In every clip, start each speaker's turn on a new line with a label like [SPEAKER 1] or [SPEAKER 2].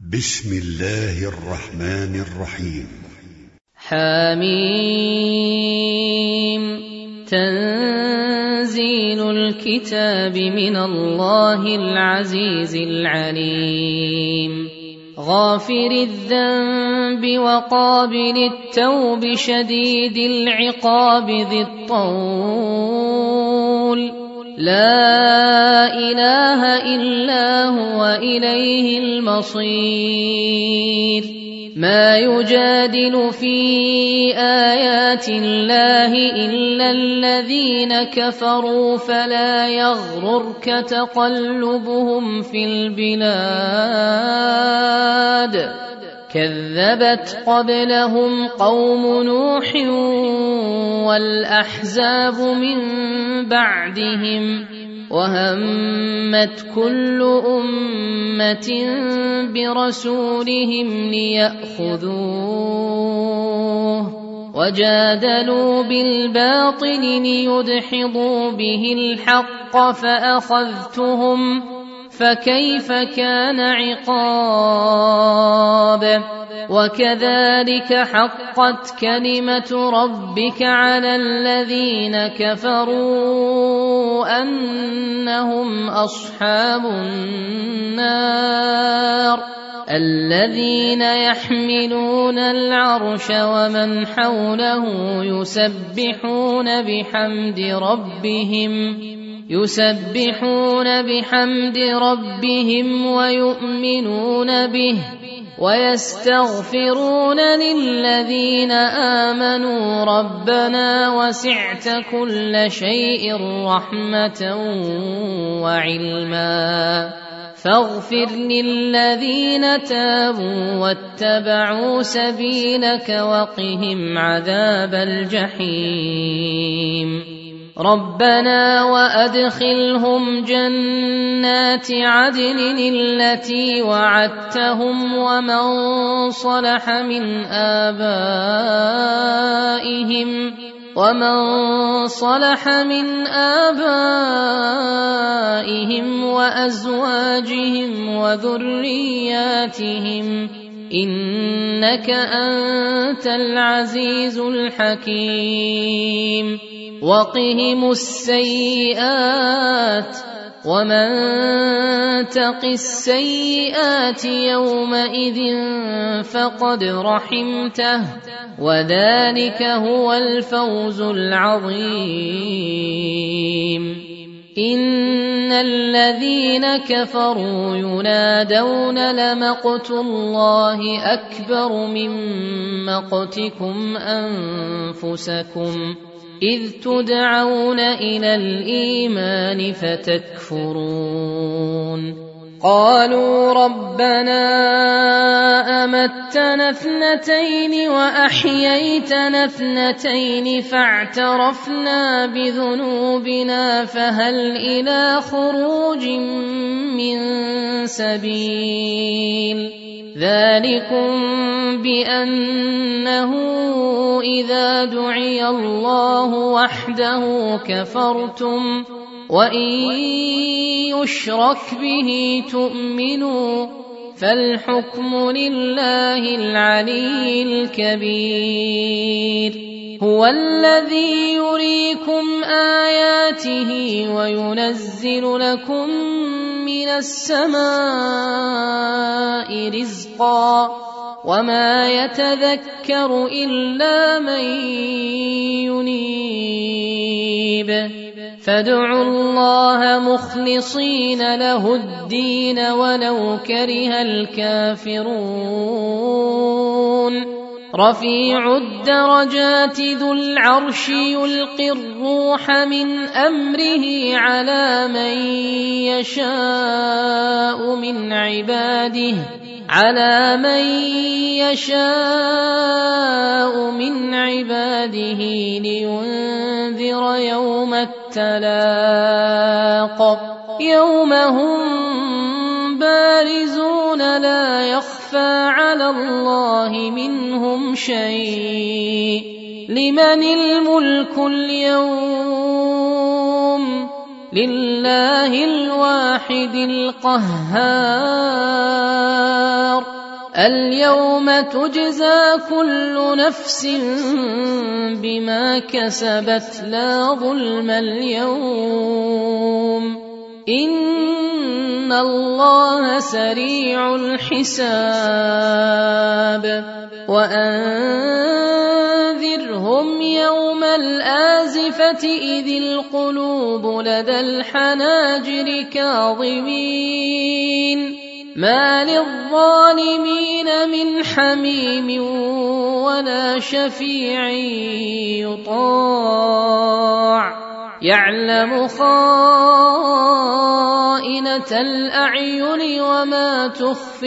[SPEAKER 1] بسم الله الرحمن الرحيم.
[SPEAKER 2] حميم. تنزيل الكتاب من الله العزيز العليم. غافر الذنب وقابل التوب شديد العقاب ذي الطول. لا إله إلا هو إليه المصير. ما يجادل في آيات الله إلا الذين كفروا فلا يغررك تقلبهم في البلاد. كذبت قبلهم قوم نوح والأحزاب من بعدهم وهمت كل أمة برسولهم ليأخذوه وجادلوا بالباطل ليدحضوا به الحق فأخذتهم فكيف كان عقاب. وكذلك حقت كلمة ربك على الذين كفروا أنهم أصحاب النار. الذين يحملون العرش ومن حوله يسبحون بحمد ربهم ويؤمنون به ويستغفرون للذين آمنوا ربنا وسعت كل شيء رحمة وعلما فاغفر للذين تابوا واتبعوا سبيلك وقهم عذاب الجحيم. ربنا وأدخلهم جنات عدن التي وعدتهم ومن صلح من آبائهم وأزواجهم وذرياتهم إنك أنت العزيز الحكيم. وقهم السيئات ومن تق السيئات يومئذ فقد رحمته وذلك هو الفوز العظيم. إن الذين كفروا ينادون لمقت الله أكبر من مقتكم أنفسكم إذ تدعون إلى الإيمان فتكفرون. قالوا ربنا أمتنا اثنتين وأحييتنا اثنتين فاعترفنا بذنوبنا فهل إلى خروج من سبيل. ذلكم بأنه إذا دعي الله وحده كفرتم وإن يشرك به تؤمنوا فالحكم لله العلي الكبير. هو الذي يريكم آياته وينزل لكم من السماء رزقا وما يتذكر إلا من ينيب. فادعوا الله مخلصين له الدين ولو كره الكافرون. رفيع الدرجات ذو العرش يلقي الروح من أمره على من يشاء من عباده لينذر يوم التلاق. يوم هم بارزون لا يخفى على الله منهم شيء. لمن الملك اليوم؟ لله الواحد القهار. اليوم تجزى كل نفس بما كسبت لا ظلم اليوم إن الله سريع الحساب وأنذرهم يوم الآزفة إذ القلوب لدى الحناجر كاظمين ما للظالمين من حميم ولا شفيع يطاع يعلم خائنة الأعين وما تخفي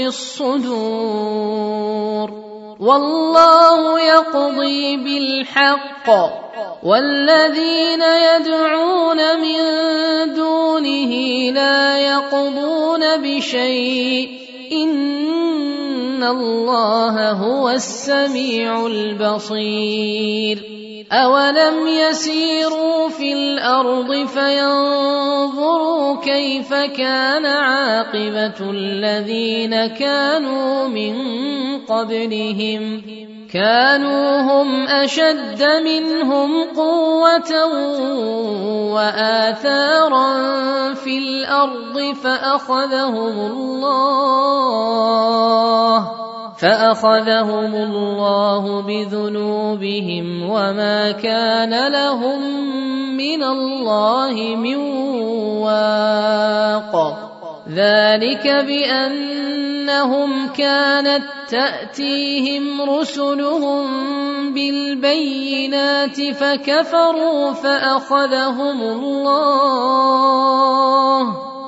[SPEAKER 2] الصدور والله يقضي بالحق والذين يدعون من دونه لا يقضون بشيء إن الله هو السميع البصير أولم يسيروا في الأرض فينظروا كيف كان عاقبة الذين كانوا من قبلهم كانوا هم أشد منهم قوة وآثارا في الأرض فأخذهم الله بذنوبهم وما كان لهم من الله من واق ذلك بأنهم كانت تأتيهم رسلهم بالبينات فكفروا فأخذهم الله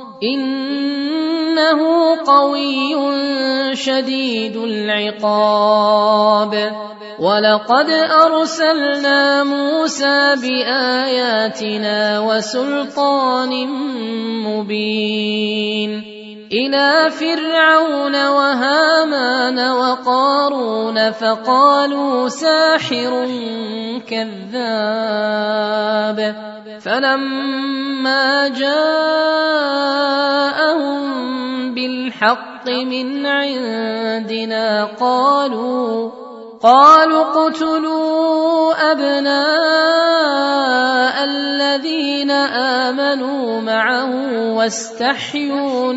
[SPEAKER 2] إنه قوي شديد العقاب ولقد أرسلنا موسى بآياتنا وسلطان مبين إلى فرعون وهامان وقارون فقالوا ساحر كذاب فلما جاءهم بالحق من عندنا قالوا اقتلوا أبناء الذين آمنوا معه واستحيوا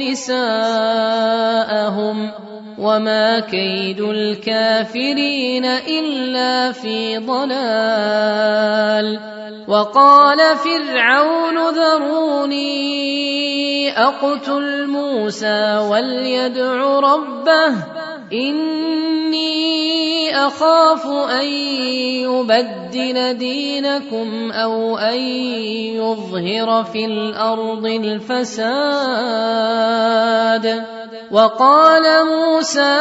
[SPEAKER 2] نساءهم وما كيد الكافرين إلا في ضلال وقال فرعون ذروني أقتل موسى وليدع ربه إني أخاف أن يبدل دينكم أو أن يظهر في الأرض الفساد وقال موسى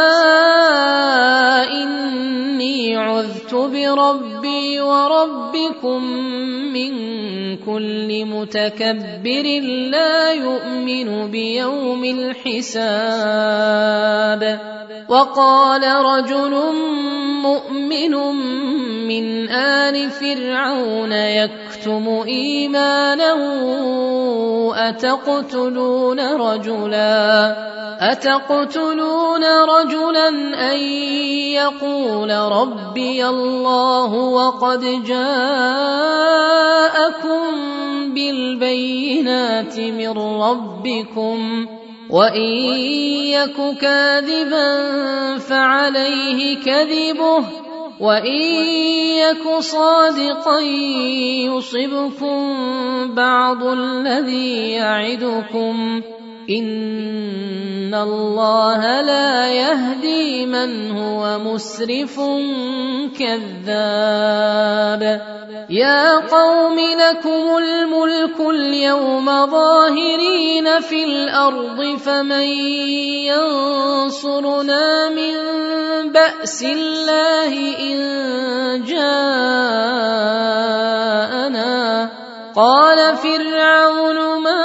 [SPEAKER 2] إني عذت بربي وربكم من كل متكبر لا يؤمن بيوم الحساب وقال رجل مؤمن من آل فرعون يكتم إيمانه أتقتلون رجلا أن يقول ربي الله وقد جاءكم بالبينات من ربكم وإن يك كاذبا فعليه كذبه وإن يك صادقا يصبكم بعض الذي يعدكم إن الله لا يهدي من هو مسرف كذاب يا قوم لكم الملك اليوم ظاهرين في الأرض فمن ينصرنا من بأس الله إن جاءنا قال فرعون ما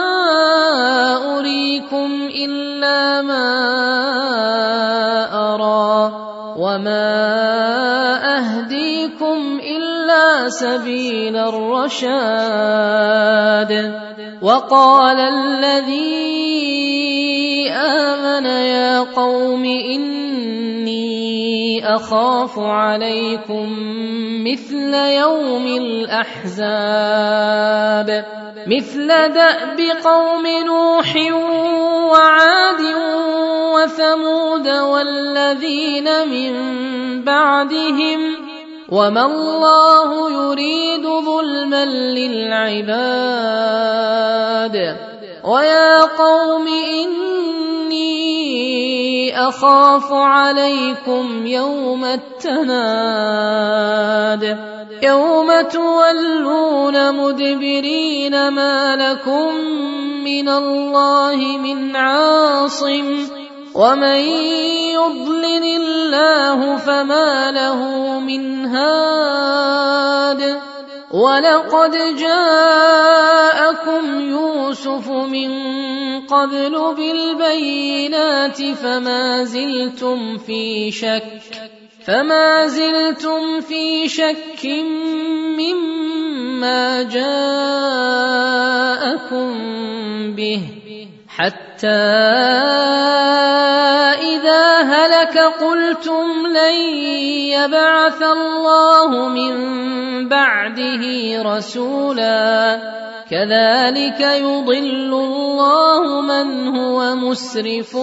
[SPEAKER 2] أريكم إلا ما أرى وما أهديكم إلا سبيل الرشاد وقال الذي آمن يا قوم إني أخاف عليكم مثل يوم الأحزاب مثل دأب قوم نوح وعاد وثمود والذين من بعدهم وما الله يريد ظلما للعباد ويا قوم إني أخاف عليكم يوم التناد يوم تولون مدبرين ما لكم من الله من عاصم ومن يضلل الله فما له من هاد ولقد جاءكم يوسف من قبل بالبينات فما زلتم في شك مما جاءكم به حتى إذا هلك قلتم لن يبعث الله من بعده رسولا كذلك يضل الله من هو مسرف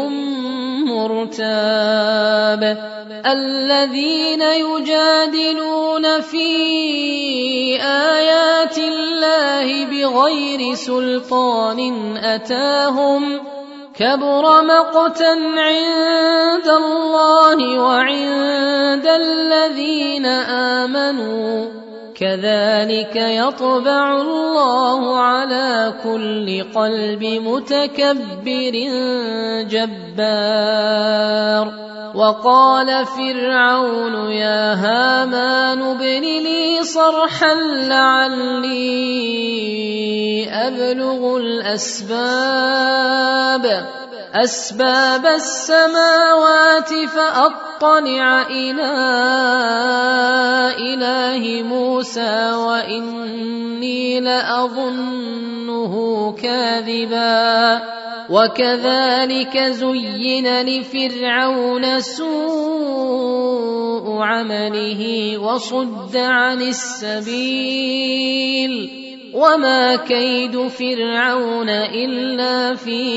[SPEAKER 2] مرتاب الذين يجادلون في آيات الله بغير سلطان أتاهم كبر مقتا عند الله وعند الذين آمنوا كذلك يطبع الله على كل قلب متكبر جبار وقال فرعون يا هامان ابن لي صرحا لعلي أبلغ أسباب السماوات فأطلع إلى إله موسى وإني لأظنه كاذبا وكذلك زين لفرعون سوء عمله وصد عن السبيل وما كيد فرعون إلا في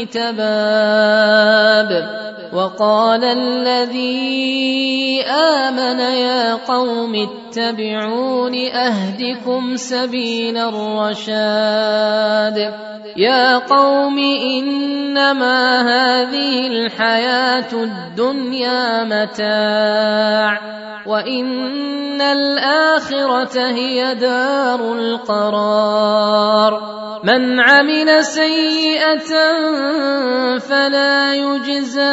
[SPEAKER 2] تباب وقال الذي آمن يا قوم اتبعون أهدكم سبيل الرشاد يا قوم إنما هذه الحياة الدنيا متاع وإن الآخرة هي دار القرار من عمل سيئة فلا يجزى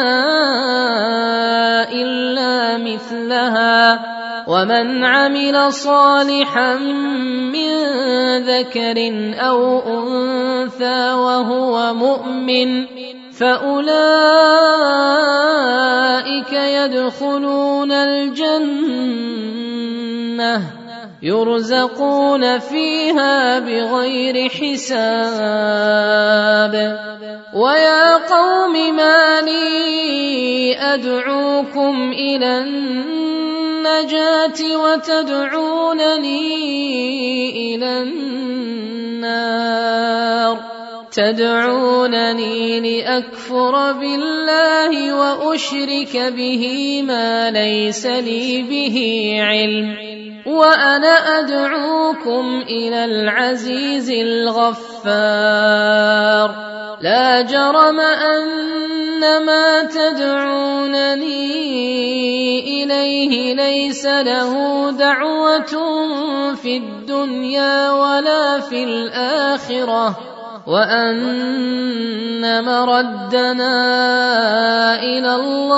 [SPEAKER 2] إلا مثلها ومن عمل صالحا من ذكر أو أنثى وهو مؤمن فأولئك يدخلون الجنة يرزقون فيها بغير حساب ويا قوم ما لي أدعوكم إلى النجاة وتدعونني إلى النار تدعونني لأكفر بالله وأشرك به ما ليس لي به علم وأنا أدعوكم إلى العزيز الغفار لا جرم أن ما تدعونني إليه ليس له دعوة في الدنيا ولا في الآخرة وأن مردنا إلى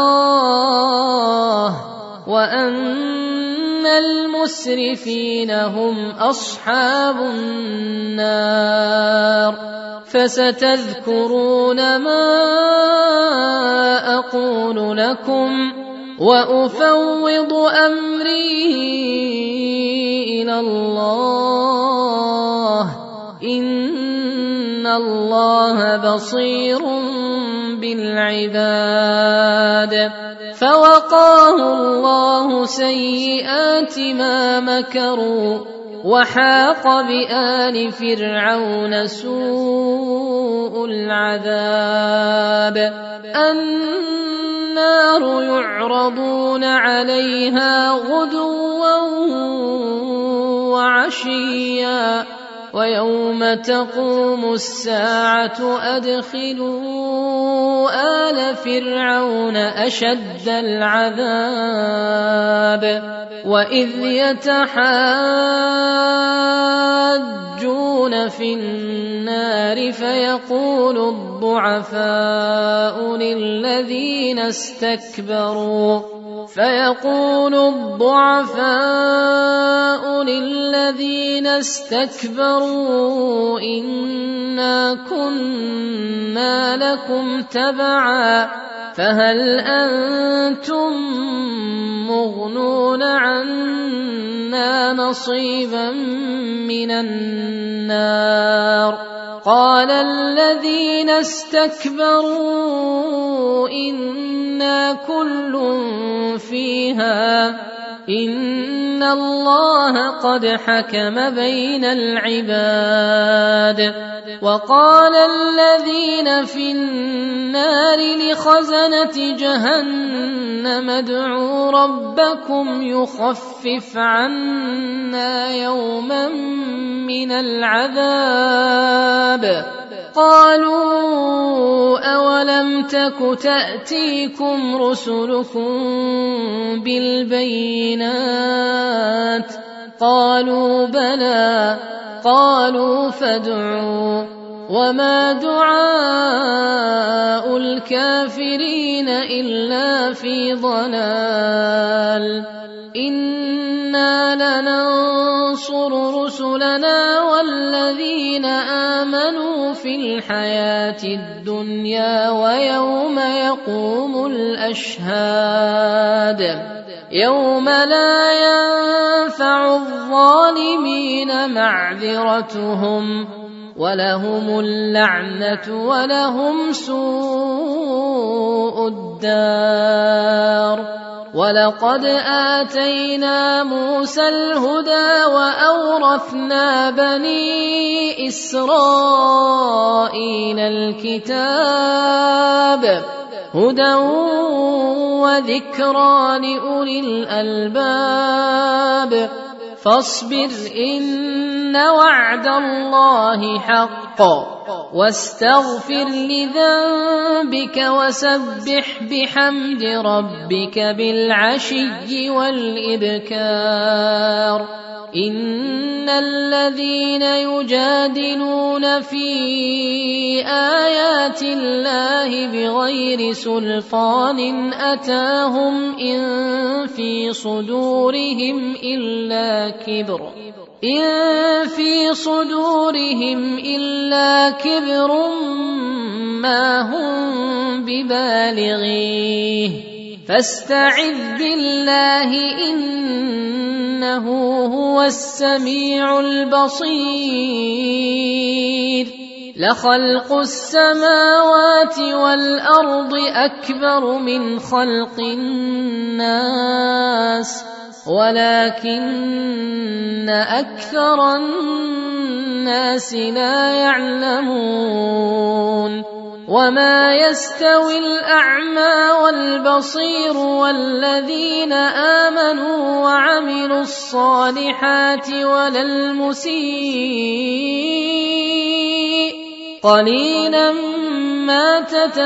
[SPEAKER 2] الله وأن المسرفين هم أصحاب النار فستذكرون ما أقول لكم وأفوض أمري إلى الله إن الله بصير بالعباد فوقاه الله سيئات ما مكروا وحاق بآل فرعون سوء العذاب النار يعرضون عليها غدوا وعشيا ويوم تقوم الساعة أدخلوا آل فرعون أشد العذاب وإذ يتحاجون في النار فيقول الضعفاء للذين استكبروا إنا كنا لكم تبعا فهل أنتم مغنون عنا نصيبا من النار قال الذين استكبروا إنا كل فيها إن الله قد حكم بين العباد وقال الذين في النار لخزنة جهنم ادعوا ربكم يخفف عنا يوما من العذاب قالوا أولم تك تأتيكم رسلكم بالبينات قالوا بلى قالوا فادعوا وما دعاء الكافرين إلا في ضلال إنا لننصر رسلنا والذين آمنوا في الحياة الدنيا ويوم يقوم الأشهاد يوم لا ينفع الظالمين معذرتهم ولهم اللعنة ولهم سوء الدار ولقد آتينا موسى الهدى وأورثنا بني إسرائيل الكتاب هدى وذكرى لأولي الألباب فاصبر إن وعد الله حق واستغفر لذنبك وسبح بحمد ربك بالعشي والإبكار إن الذين يجادلون في آيات الله بغير سلطان أتاهم إن في صدورهم إلا كبر ما هم ببالغيه فاستعذ بالله إنه هو السميع البصير لخلق السماوات والأرض أكبر من خلق الناس ولكن أكثر الناس لا يعلمون وما يستوي الأعمى والبصير والذين آمنوا وعملوا الصالحات ولا المسيء قليلا ما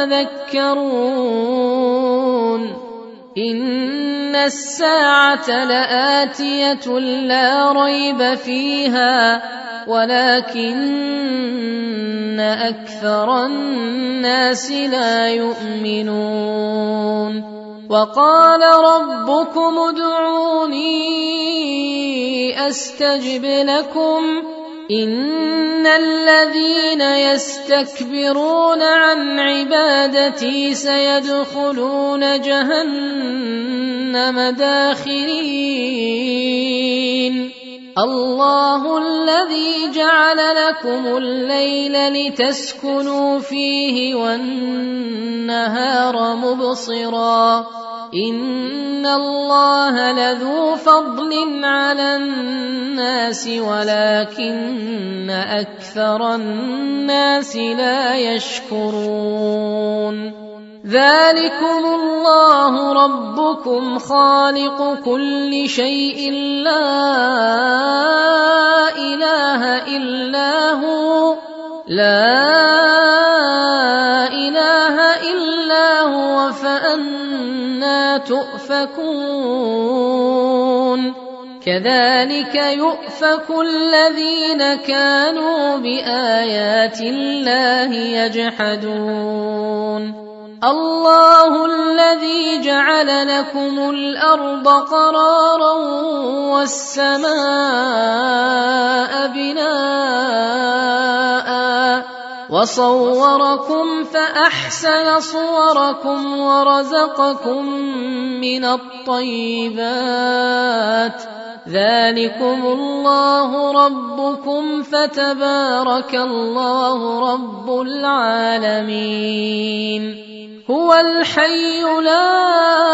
[SPEAKER 2] تتذكرون إن الساعة لآتية لا ريب فيها ولكن أكثر الناس لا يؤمنون وقال ربكم ادعوني أستجب لكم إن الذين يستكبرون عن عبادتي سيدخلون جهنم داخرين الله الذي جعل لكم الليل لتسكنوا فيه والنهار مبصرا إن الله لذو فضل على الناس ولكن أكثر الناس لا يشكرون ذلكم الله ربكم خالق كل شيء لا إله إلا هو فأنا تؤفكون كذلك يؤفك الذين كانوا بآيات الله يجحدون الله الذي جعل لكم الأرض قرارا والسماء بناء وصوركم فأحسن صوركم ورزقكم من الطيبات ذلكم الله ربكم فتبارك الله رب العالمين هو الحي لا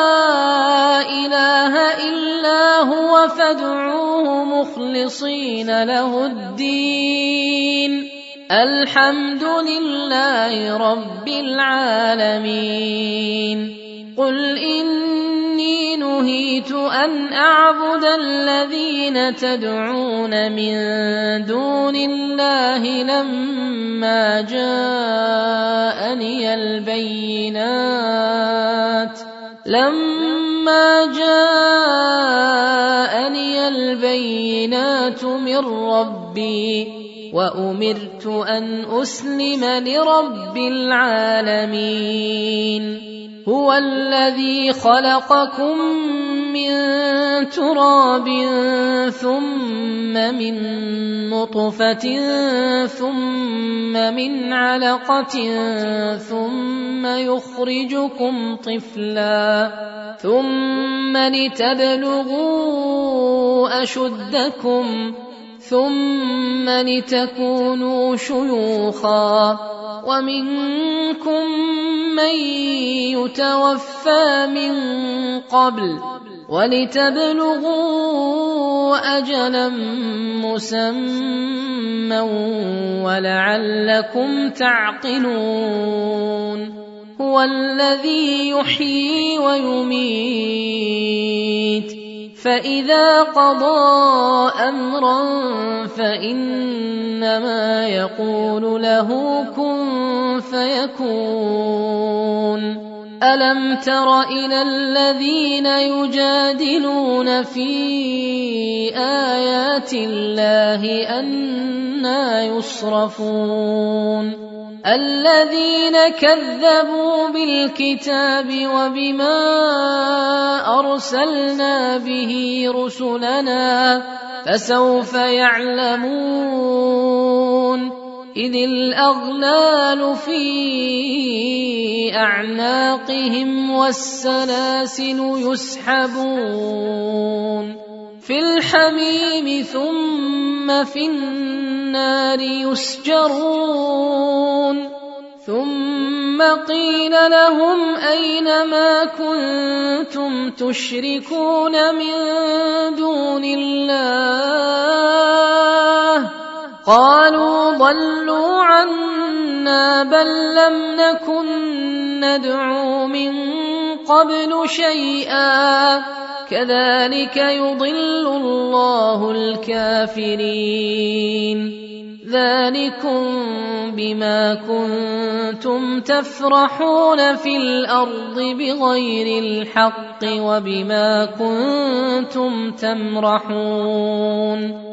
[SPEAKER 2] إله إلا هو فادعوه مخلصين له الدين الحمد لله رب العالمين قل إني نهيت أن أعبد الذين تدعون من دون الله لما جاءني البينات من ربي وأمرت أن أسلم لرب العالمين هو الذي خلقكم من تراب ثم من نطفة ثم من علقة ثم يخرجكم طفلا ثم لتبلغوا أشدكم ثم لتكونوا شيوخا ومنكم من يتوفى من قبل ولتبلغوا أجلا مسمى ولعلكم تعقلون هو الذي يحيي ويميت فإذا قضى أمرا فإنما يقول له كن فيكون ألم تر إلى الذين يجادلون في آيات الله أنى يصرفون الذين كذبوا بالكتاب وبما أرسلنا به رسلنا فسوف يعلمون إذ الأغلال في أعناقهم والسلاسل يسحبون في الحميم ثم في النار يسجرون ثم قيل لهم أين ما كنتم تشركون من دون الله قالوا ضلوا عنا بل لم نكن ندعو من قبل شيئا كذلك يضل الله الكافرين ذلكم بما كنتم تفرحون في الأرض بغير الحق وبما كنتم تمرحون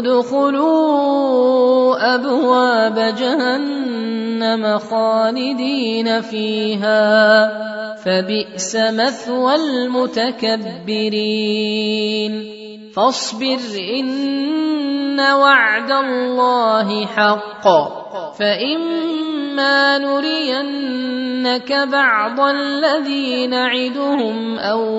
[SPEAKER 2] ادخلوا أبواب جهنم خالدين فيها فبئس مثوى المتكبرين فاصبر إن وعد الله حق فإما نرينك بعض الذي نعدهم أو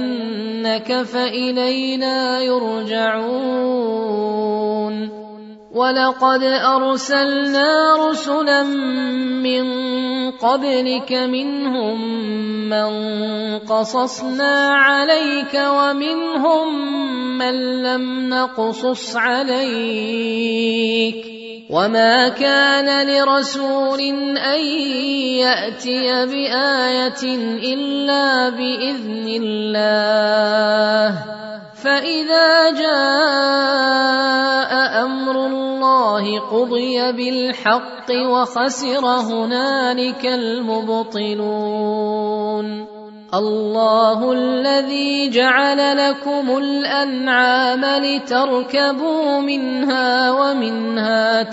[SPEAKER 2] نتوفينك فإلينا يرجعون ولقد أرسلنا رسلا من قبلك منهم من قصصنا عليك ومنهم من لم نقصص عليك وما كان لرسول أن يأتي بآية إلا بإذن الله فإذا جاء أمر الله قضي بالحق وخسر هنالك المبطلون الله الذي جعل لكم الأنعام لتركبوا منها ومنها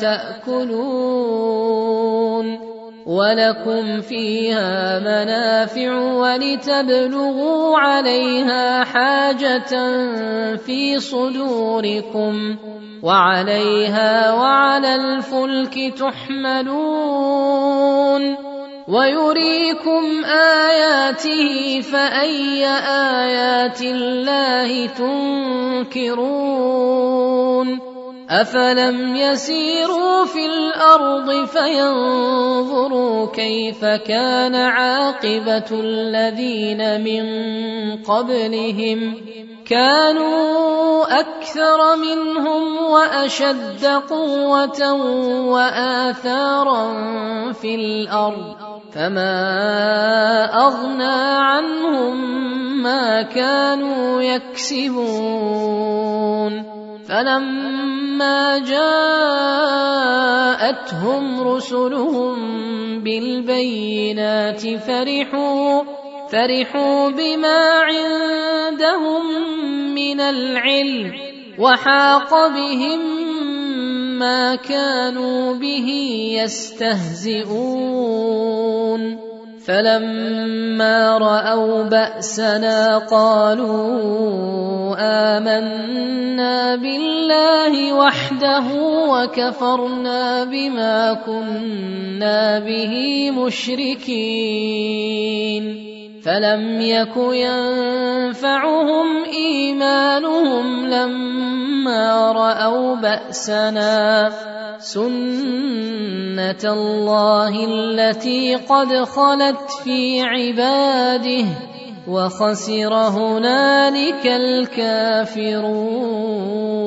[SPEAKER 2] تأكلون ولكم فيها منافع ولتبلغوا عليها حاجة في صدوركم وعليها وعلى الفلك تحملون ويريكم آياته فأي آيات الله تنكرون أفلم يسيروا في الأرض فينظروا كيف كان عاقبة الذين من قبلهم كانوا أكثر منهم وأشد قوة وآثارا في الأرض فما أغنى عنهم ما كانوا يكسبون فلما جاءتهم رسلهم بالبينات فرحوا بما عندهم من العلم وحاق بهم ما كانوا به يستهزئون فلما رأوا بأسنا قالوا آمنا بالله وحده وكفرنا بما كنا به مشركين فلم يك ينفعهم إيمانهم لما رأوا بأسنا سنة الله التي قد خلت في عباده وخسر هنالك الكافرون